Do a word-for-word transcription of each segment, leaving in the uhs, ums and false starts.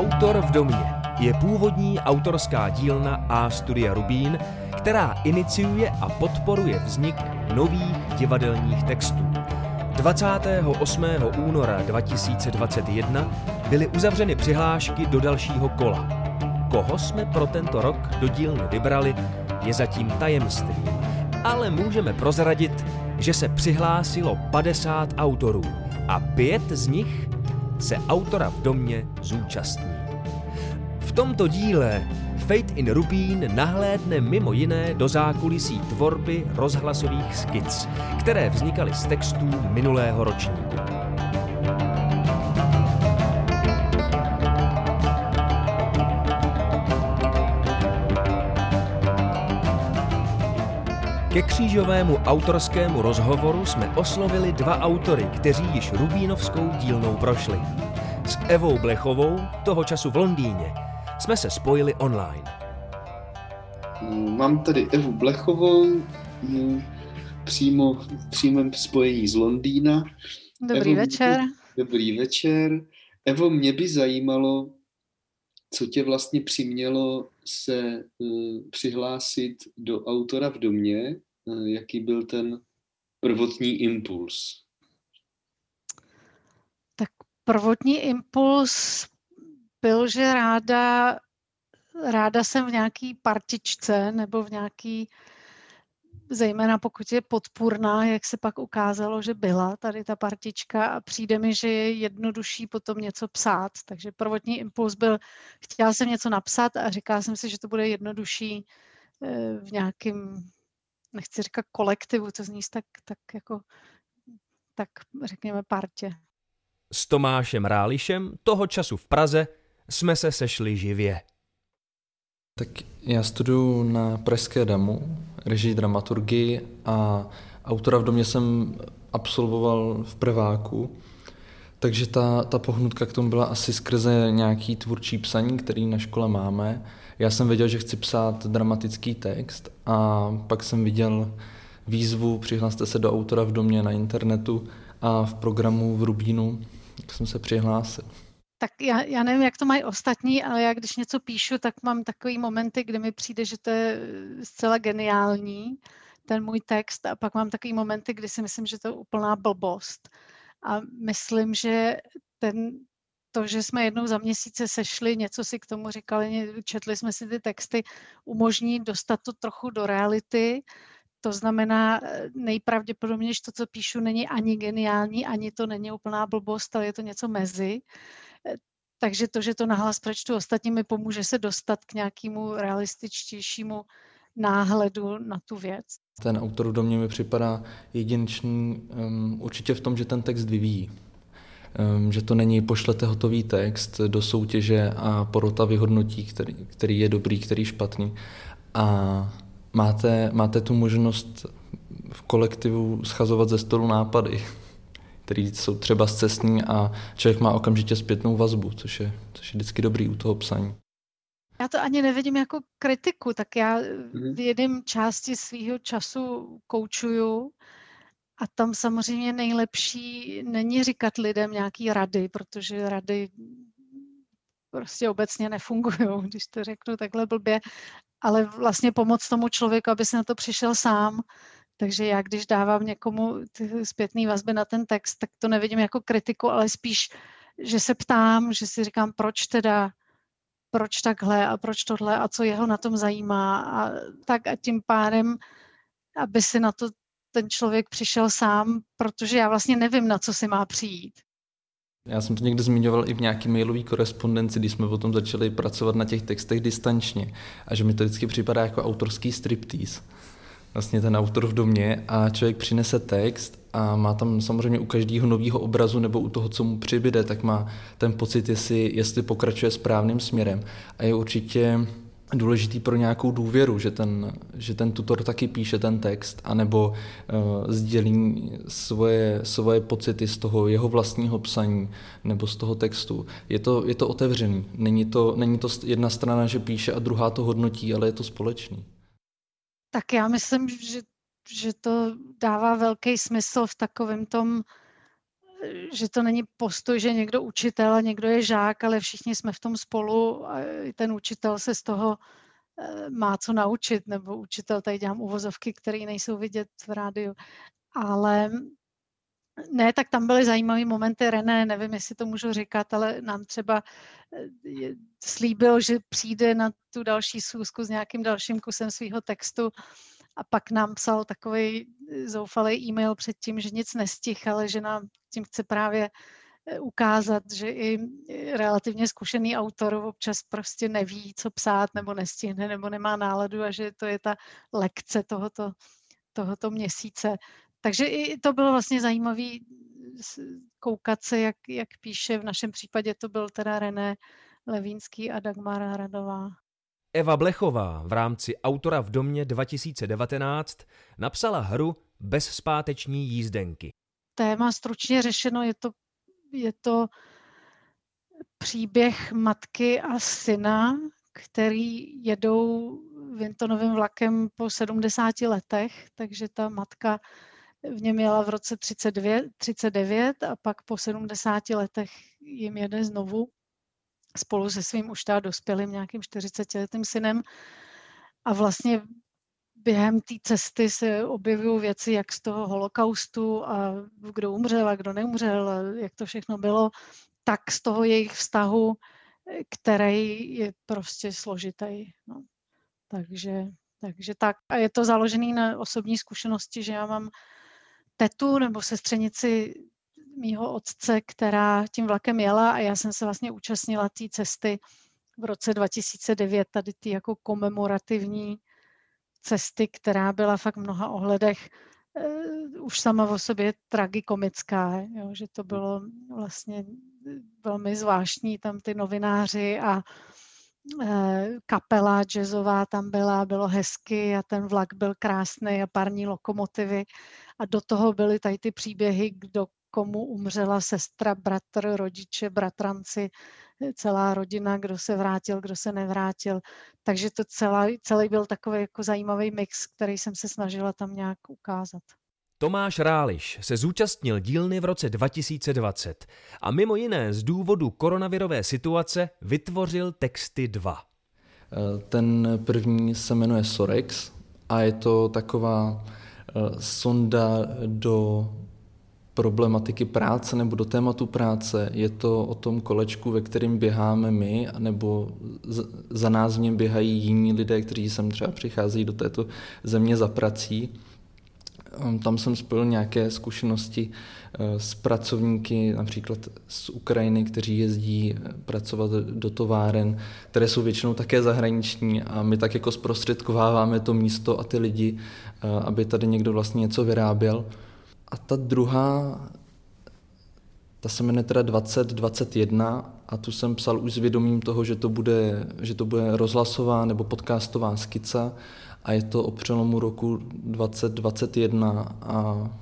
Autor v domě je původní autorská dílna A Studia Rubín, která iniciuje a podporuje vznik nových divadelních textů. dvacátého osmého února dva tisíce dvacet jedna byly uzavřeny přihlášky do dalšího kola. Koho jsme pro tento rok do dílny vybrali, je zatím tajemstvím, ale můžeme prozradit, že se přihlásilo padesát autorů a pět z nich se Autora v domě zúčastní. V tomto díle Fate in Rubín nahlédne mimo jiné do zákulisí tvorby rozhlasových skic, které vznikaly z textů minulého ročníku. Ke křížovému autorskému rozhovoru jsme oslovili dva autory, kteří již rubínovskou dílnou prošli. S Evou Blechovou, toho času v Londýně, jsme se spojili online. Mám tady Evu Blechovou, přímo v přímém spojení z Londýna. Dobrý Evo, večer. Dobrý večer. Evo, mě by zajímalo, co tě vlastně přimělo se uh, přihlásit do Autora v domě, uh, jaký byl ten prvotní impuls? Tak prvotní impuls byl, že ráda, ráda jsem v nějaký partičce nebo v nějaký, zejména pokud je podpůrná, jak se pak ukázalo, že byla tady ta partička a přijde mi, že je jednodušší potom něco psát. Takže prvotní impuls byl, chtěla jsem něco napsat a říkala jsem si, že to bude jednodušší v nějakém, nechci říkat kolektivu, to zní tak, tak jako, tak řekněme partě. S Tomášem Rálišem, toho času v Praze, jsme se sešli živě. Tak já studuju na Pražské damu, režii, dramaturgii a Autora v domě jsem absolvoval v prváku, takže ta, ta pohnutka k tomu byla asi skrze nějaký tvůrčí psaní, který na škole máme. Já jsem věděl, že chci psát dramatický text a pak jsem viděl výzvu přihlaste se do Autora v domě na internetu a v programu v Rubínu jsem se přihlásil. Tak já, já nevím, jak to mají ostatní, ale já když něco píšu, tak mám takový momenty, kdy mi přijde, že to je zcela geniální, ten můj text, a pak mám takový momenty, kdy si myslím, že to je úplná blbost. A myslím, že ten, to, že jsme jednou za měsíce sešli, něco si k tomu říkali, četli jsme si ty texty, umožní dostat to trochu do reality. To znamená, nejpravděpodobněji, že to, co píšu, není ani geniální, ani to není úplná blbost, ale je to něco mezi. Takže to, že to nahlas přečtu ostatním, mi pomůže se dostat k nějakému realističtějšímu náhledu na tu věc. Ten Autor v domě mi připadá jedinečný um, určitě v tom, že ten text vyvíjí. Um, že to není pošlete hotový text do soutěže a porota vyhodnotí, který, který je dobrý, který špatný. A máte, máte tu možnost v kolektivu schazovat ze stolu nápady, které jsou třeba scestní a člověk má okamžitě zpětnou vazbu, což je, což je vždycky dobrý u toho psaní. Já to ani nevidím jako kritiku, tak já v jedné části svýho času koučuju a tam samozřejmě nejlepší není říkat lidem nějaký rady, protože rady prostě obecně nefungují, když to řeknu takhle blbě, ale vlastně pomoct tomu člověku, aby si na to přišel sám. Takže já, když dávám někomu ty zpětné vazby na ten text, tak to nevidím jako kritiku, ale spíš, že se ptám, že si říkám, proč teda, proč takhle a proč tohle a co jeho na tom zajímá a tak a tím pádem, aby si na to ten člověk přišel sám, protože já vlastně nevím, na co si má přijít. Já jsem to někde zmiňoval i v nějaký mailový korespondenci, když jsme potom začali pracovat na těch textech distančně a že mi to vždycky připadá jako autorský striptease. Vlastně ten Autor v domě a člověk přinese text a má tam samozřejmě u každého nového obrazu nebo u toho, co mu přibyde, tak má ten pocit, jestli, jestli pokračuje správným směrem. A je určitě důležitý pro nějakou důvěru, že ten, že ten tutor taky píše ten text, anebo uh, sdělí svoje, svoje pocity z toho jeho vlastního psaní nebo z toho textu. Je to, je to otevřený. Není to, není to jedna strana, že píše a druhá to hodnotí, ale je to společný. Tak já myslím, že, že to dává velký smysl v takovém tom že to není postoj, že někdo učitel a někdo je žák, ale všichni jsme v tom spolu a ten učitel se z toho má co naučit, nebo učitel, tady dělám uvozovky, které nejsou vidět v rádiu, ale ne, tak tam byly zajímavé momenty. René, nevím, jestli to můžu říkat, ale nám třeba slíbil, že přijde na tu další schůzku s nějakým dalším kusem svého textu a pak nám psal takový zoufalý e-mail předtím, že nic nestihl, ale že nám tím chce právě ukázat, že i relativně zkušený autor občas prostě neví, co psát, nebo nestihne, nebo nemá náladu a že to je ta lekce tohoto, tohoto měsíce. Takže i to bylo vlastně zajímavé koukat se, jak, jak píše. V našem případě to byl teda René Levínský a Dagmar Hradová. Eva Blechová v rámci Autora v domě dva tisíce devatenáct napsala hru Bezspáteční jízdenky. Téma stručně řešeno, je to, je to příběh matky a syna, který jedou Vintonovým vlakem po sedmdesáti letech, takže ta matka v něm jela v roce třicet devět a pak po sedmdesáti letech jim jede znovu spolu se svým už teda dospělým nějakým čtyřicetiletým synem a vlastně během té cesty se objevují věci, jak z toho holokaustu a kdo umřel a kdo neumřel a jak to všechno bylo, tak z toho jejich vztahu, který je prostě složitý. No. Takže, takže tak. A je to založené na osobní zkušenosti, že já mám tetu nebo sestřenici mýho otce, která tím vlakem jela a já jsem se vlastně účastnila té cesty v roce dva tisíce devět, tady ty jako komemorativní cesty, která byla fakt v mnoha ohledech uh, už sama o sobě tragikomická, jo, že to bylo vlastně velmi zvláštní, tam ty novináři a uh, kapela jazzová tam byla, bylo hezky a ten vlak byl krásný a parní lokomotivy a do toho byly tady ty příběhy, kdo komu umřela sestra, bratr, rodiče, bratranci, celá rodina, kdo se vrátil, kdo se nevrátil. Takže to celý, celý byl takový jako zajímavý mix, který jsem se snažila tam nějak ukázat. Tomáš Ráliš se zúčastnil dílny v roce dva tisíce dvacet a mimo jiné z důvodu koronavirové situace vytvořil texty dva. Ten první se jmenuje Sorex a je to taková sonda do problematiky práce nebo do tématu práce. Je to o tom kolečku, ve kterém běháme my, nebo za nás v něm běhají jiní lidé, kteří sem třeba přicházejí do této země za prací. Tam jsem spojil nějaké zkušenosti s pracovníky, například z Ukrajiny, kteří jezdí pracovat do továren, které jsou většinou také zahraniční a my tak jako zprostředkováváme to místo a ty lidi, aby tady někdo vlastně něco vyráběl. A ta druhá, ta se jmenuje teda dvacet dvacet jedna a tu jsem psal už s vědomím toho, že to bude, že to bude rozhlasová nebo podcastová skica a je to o přelomu roku dvacet dvacet jedna a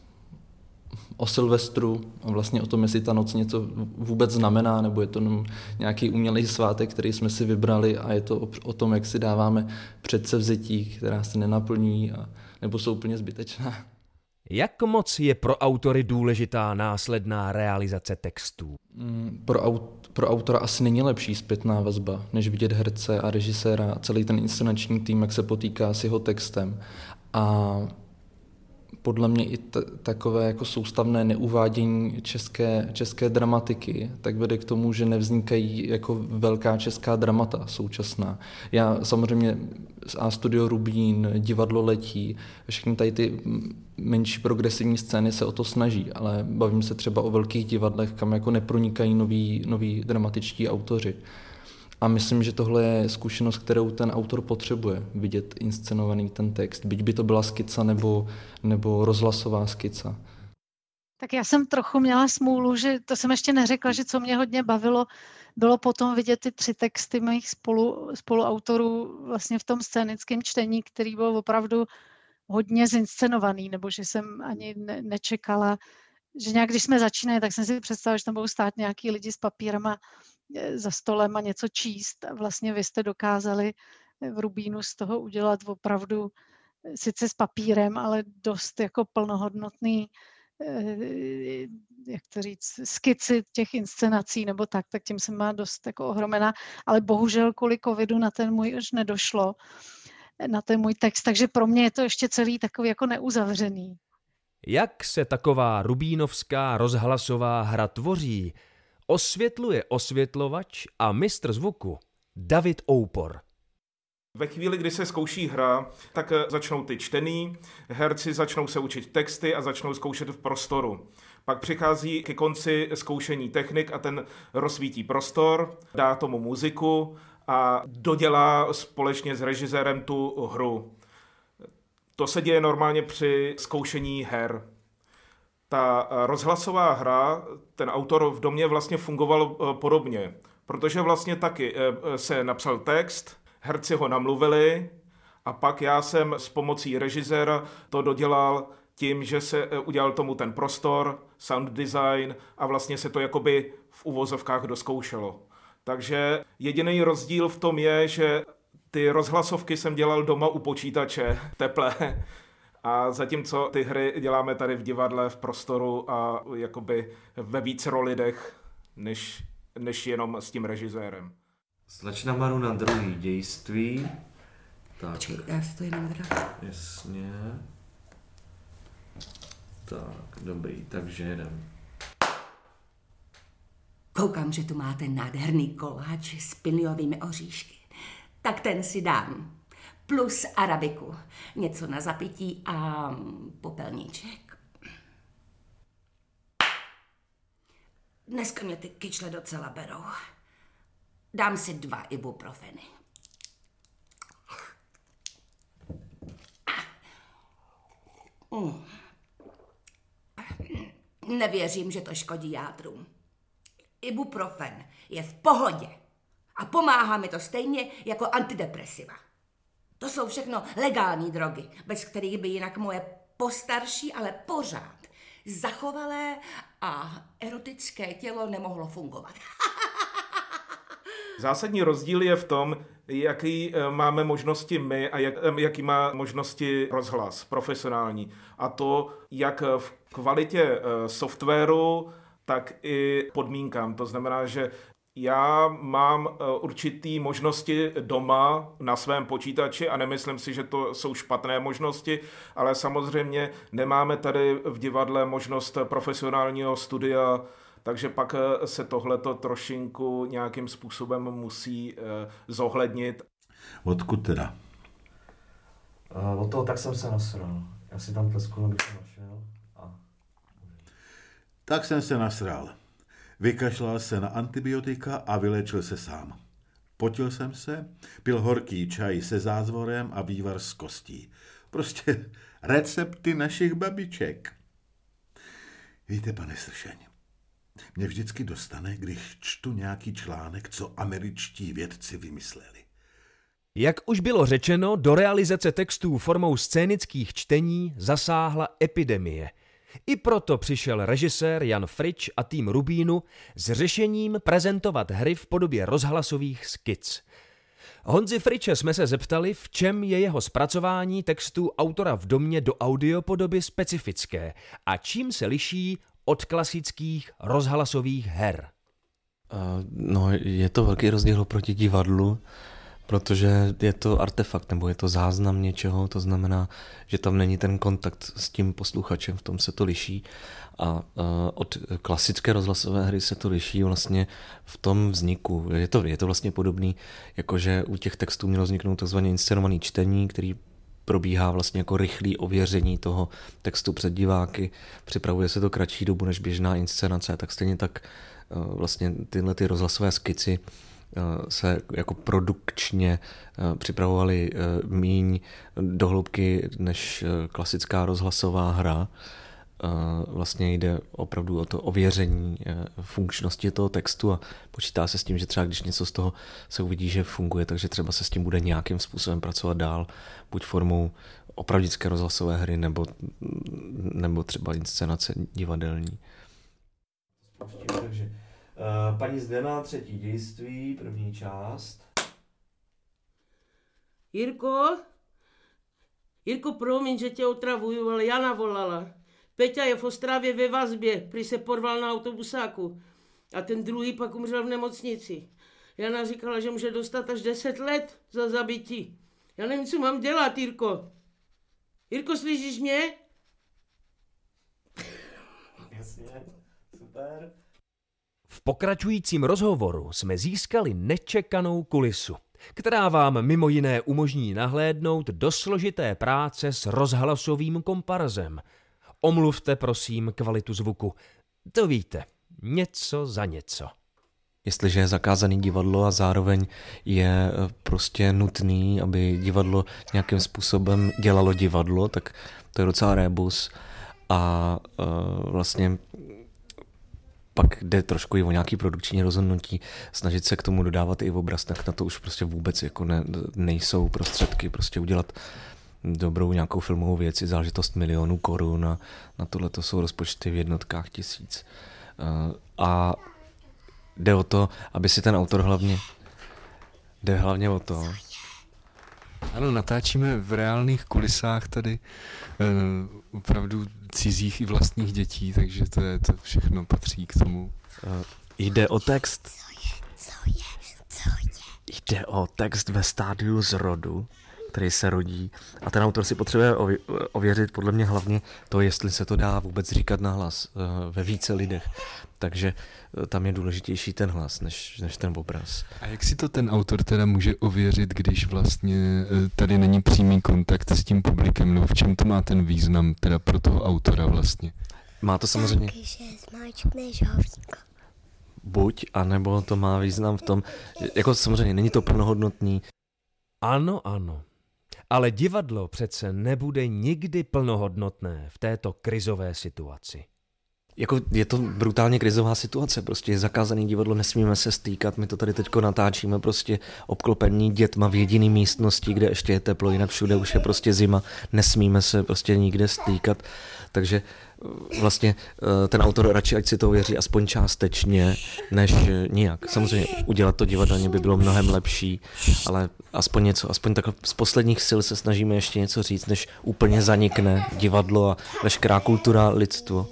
o Silvestru a vlastně o tom, jestli ta noc něco vůbec znamená, nebo je to nějaký umělý svátek, který jsme si vybrali a je to o, o tom, jak si dáváme předsevzetí, která se nenaplňují a, nebo jsou úplně zbytečná. Jak moc je pro autory důležitá následná realizace textů? Pro, aut, pro autora asi není lepší zpětná vazba, než vidět herce a režiséra a celý ten inscenační tým, jak se potýká s jeho textem. A podle mě i t- takové jako soustavné neuvádění české, české dramatiky tak vede k tomu, že nevznikají jako velká česká dramata současná. Já samozřejmě A-studio Rubín, Divadlo letí, všechny tady ty menší progresivní scény se o to snaží, ale bavím se třeba o velkých divadlech, kam jako nepronikají noví, noví dramatičtí autoři. A myslím, že tohle je zkušenost, kterou ten autor potřebuje, vidět inscenovaný ten text, byť by to byla skica nebo, nebo rozhlasová skica. Tak já jsem trochu měla smůlu, že to jsem ještě neřekla, že co mě hodně bavilo, bylo potom vidět ty tři texty mých spolu, spoluautorů vlastně v tom scénickém čtení, který byl opravdu hodně zinscenovaný, nebo že jsem ani ne, nečekala, že nějak, když jsme začínali, tak jsem si představila, že tam budou stát nějaký lidi s papírama za stolem a něco číst. A vlastně vy jste dokázali v Rubínu z toho udělat opravdu sice s papírem, ale dost jako plnohodnotný jak to říct, skici těch inscenací nebo tak, tak tím jsem má dost jako ohromená, ale bohužel kvůli covidu na ten můj už nedošlo, na ten můj text, takže pro mě je to ještě celý takový jako neuzavřený. Jak se taková rubínovská rozhlasová hra tvoří, osvětluje osvětlovač a mistr zvuku David Oupor. Ve chvíli, kdy se zkouší hra, tak začnou ty čtený, herci začnou se učit texty a začnou zkoušet v prostoru. Pak přichází ke konci zkoušení technik a ten rozsvítí prostor, dá tomu muziku a dodělá společně s režisérem tu hru. To se děje normálně při zkoušení her. Ta rozhlasová hra, ten autor v domě vlastně fungoval podobně, protože vlastně taky se napsal text, herci ho namluvili a pak já jsem s pomocí režiséra to dodělal tím, že se udělal tomu ten prostor, sound design a vlastně se to jakoby v uvozovkách doskoušelo. Takže jediný rozdíl v tom je, že ty rozhlasovky jsem dělal doma u počítače, teple, a zatímco ty hry děláme tady v divadle, v prostoru a jakoby ve víc rolidech, než, než jenom s tím režisérem. Slečna Maru na druhý dějství. Tak. Počkej, já si to jenom vrát. Jasně. Tak, dobrý, takže jedem. Koukám, že tu máte nádherný koláč s piniovými oříšky. Tak ten si dám. Plus arabiku. Něco na zapití a popelníček. Dneska mě ty kyčle docela berou. Dám si dva ibuprofeny. Mm. Nevěřím, že to škodí jádrům. Ibuprofen je v pohodě a pomáhá mi to stejně jako antidepresiva. To jsou všechno legální drogy, bez kterých by jinak moje postarší, ale pořád zachovalé a erotické tělo nemohlo fungovat. Zásadní rozdíl je v tom, jaký máme možnosti my a jak, jaký má možnosti rozhlas profesionální. A to jak v kvalitě softwaru, tak i podmínkám. To znamená, že já mám určitý možnosti doma na svém počítači a nemyslím si, že to jsou špatné možnosti, ale samozřejmě nemáme tady v divadle možnost profesionálního studia, takže pak se tohleto trošinku nějakým způsobem musí zohlednit. Odkud teda? Uh, od toho tak jsem se nasral. Já si tam tlesku abych našel. A... Tak jsem se nasral. Vykašlal se na antibiotika a vylečil se sám. Potil jsem se, pil horký čaj se zázvorem a vývar z kostí. Prostě recepty našich babiček. Víte, pane Sršeň, mě vždycky dostane, když čtu nějaký článek, co američtí vědci vymysleli. Jak už bylo řečeno, do realizace textů formou scénických čtení zasáhla epidemie. I proto přišel režisér Jan Frič a tým Rubínu s řešením prezentovat hry v podobě rozhlasových skic. Honzi Friče jsme se zeptali, v čem je jeho zpracování textů autora v domě do audiopodoby specifické a čím se liší od klasických rozhlasových her. Uh, no, je to velký rozdíl proti divadlu, protože je to artefakt nebo je to záznam něčeho, to znamená, že tam není ten kontakt s tím posluchačem, v tom se to liší. A uh, od klasické rozhlasové hry se to liší vlastně v tom vzniku. Je to, je to vlastně podobný, jakože u těch textů mělo vzniknout takzvaně inscenovaný čtení, který probíhá vlastně jako rychlé ověření toho textu před diváky. Připravuje se to kratší dobu než běžná inscenace, tak stejně tak uh, vlastně tyhle ty rozhlasové skici se jako produkčně připravovaly míň dohloubky než klasická rozhlasová hra. Vlastně jde opravdu o to ověření funkčnosti toho textu a počítá se s tím, že třeba když něco z toho se uvidí, že funguje, takže třeba se s tím bude nějakým způsobem pracovat dál, buď formou opravdické rozhlasové hry nebo, nebo třeba inscenace divadelní. Takže Uh, paní Zdena, třetí dějství, první část. Jirko? Jirko, promiň, že tě otravuju, ale Jana volala. Peťa je v Ostravě ve vazbě, prý se porval na autobusáku. A ten druhý pak umřel v nemocnici. Jana říkala, že může dostat až deset let za zabití. Já nevím, co mám dělat, Jirko. Jirko, slyšíš mě? Jasně, super. V pokračujícím rozhovoru jsme získali nečekanou kulisu, která vám mimo jiné umožní nahlédnout do složité práce s rozhlasovým komparzem. Omluvte prosím kvalitu zvuku. To víte, něco za něco. Jestliže je zakázaný divadlo a zároveň je prostě nutný, aby divadlo nějakým způsobem dělalo divadlo, tak to je docela rébus a uh, vlastně pak jde trošku i o nějaký produkční rozhodnutí, snažit se k tomu dodávat i obraz, tak na to už prostě vůbec jako ne, nejsou prostředky, prostě udělat dobrou nějakou filmovou věc, záležitost milionů korun a na tohle to jsou rozpočty v jednotkách tisíc. Uh, a jde o to, aby si ten autor hlavně, jde hlavně o to. Ano, natáčíme v reálných kulisách tady uh, opravdu cizích i vlastních dětí, takže to, je, to všechno patří k tomu. Uh, jde o text. Co je, co je, co je? Jde o text ve stádiu zrodu, který se rodí a ten autor si potřebuje ověřit podle mě hlavně to, jestli se to dá vůbec říkat nahlas uh, ve více lidech. Takže uh, tam je důležitější ten hlas, než, než ten obraz. A jak si to ten autor teda může ověřit, když vlastně uh, tady není přímý kontakt s tím publikem, nebo v čem to má ten význam teda pro toho autora vlastně? Má to samozřejmě... Když zmáčkneš hovínko. Buď, anebo to má význam v tom, jako samozřejmě není to plnohodnotný. Ano, ano. Ale divadlo přece nebude nikdy plnohodnotné v této krizové situaci. Jako je to brutálně krizová situace, prostě je zakázaný divadlo, nesmíme se stýkat, my to tady teďko natáčíme prostě obklopení dětma v jediné místnosti, kde ještě je teplo, jinak všude už je prostě zima, nesmíme se prostě nikde stýkat, takže vlastně ten autor radši, ať si to věří aspoň částečně, než nijak. Samozřejmě udělat to divadelně by bylo mnohem lepší, ale aspoň něco, aspoň takhle z posledních sil se snažíme ještě něco říct, než úplně zanikne divadlo a veškerá kultura, lidstvo.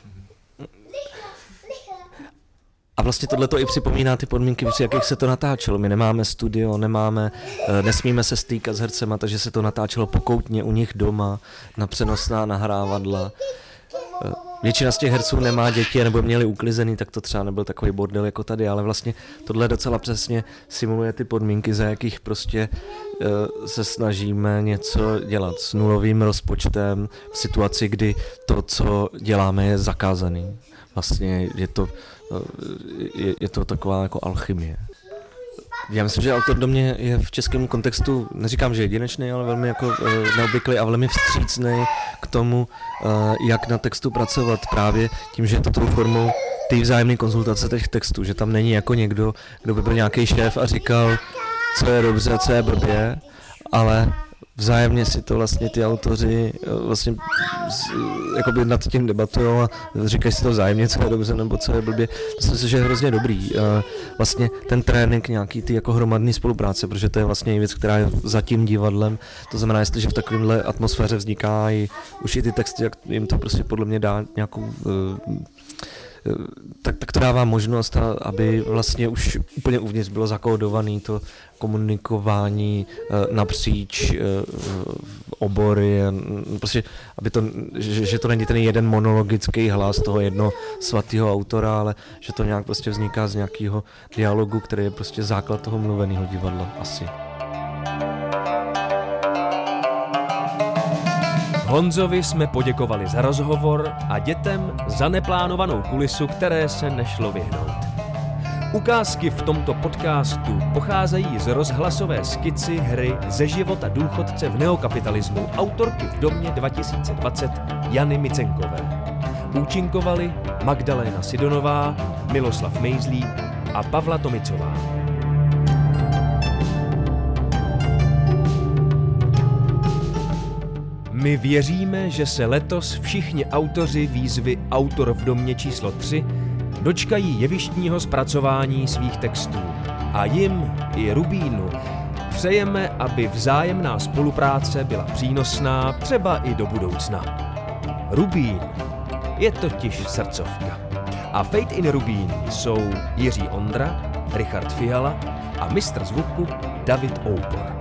A vlastně tohle to i připomíná ty podmínky, při jakých se to natáčelo. My nemáme studio, nemáme, nesmíme se stýkat s hercema, takže se to natáčelo pokoutně u nich doma, na přenosná nahrávadla. Většina z těch herců nemá děti nebo měli uklizený, tak to třeba nebyl takový bordel jako tady, ale vlastně tohle docela přesně simuluje ty podmínky, za jakých prostě uh, se snažíme něco dělat s nulovým rozpočtem v situaci, kdy to, co děláme, je zakázaný. Vlastně je to, uh, je, je to taková jako alchymie. Já myslím, že autor do mě je v českém kontextu, neříkám, že jedinečný, ale velmi jako uh, neobvyklý a velmi vstřícný k tomu, uh, jak na textu pracovat právě tím, že je to tou formou té vzájemné konzultace těch textů, že tam není jako někdo, kdo by byl nějaký šéf a říkal, co je dobře, co je blbě, ale vzájemně si to vlastně ty autoři vlastně jakoby nad tím debatujou a říkají si to vzájemně, co je dobře nebo co je blbě. Myslím si, že je hrozně dobrý. Vlastně ten trénink nějaký ty jako hromadný spolupráce, protože to je vlastně věc, která je za tím divadlem. To znamená, jestliže v takovémhle atmosféře vzniká i už i ty texty, jak jim to prostě podle mě dá nějakou tak, tak to dává možnost, aby vlastně už úplně uvnitř bylo zakódované to komunikování napříč obory, prostě, aby to, že, že to není ten jeden monologický hlas toho jednoho svatého autora, ale že to nějak prostě vzniká z nějakého dialogu, který je prostě základ toho mluveného divadla asi. Honzovi jsme poděkovali za rozhovor a dětem za neplánovanou kulisu, které se nešlo vyhnout. Ukázky v tomto podcastu pocházejí z rozhlasové skici hry Ze života důchodce v neokapitalismu autorky v domě dva tisíce dvacet Jany Micenkové. Účinkovali Magdaléna Sidonová, Miloslav Mejzlík a Pavla Tomicová. My věříme, že se letos všichni autoři výzvy Autor v domě číslo tři dočkají jevištního zpracování svých textů. A jim i Rubínu přejeme, aby vzájemná spolupráce byla přínosná třeba i do budoucna. Rubín je totiž srdcovka. A Fade in Rubín jsou Jiří Ondra, Richard Fiala a mistr zvuku David Oupor.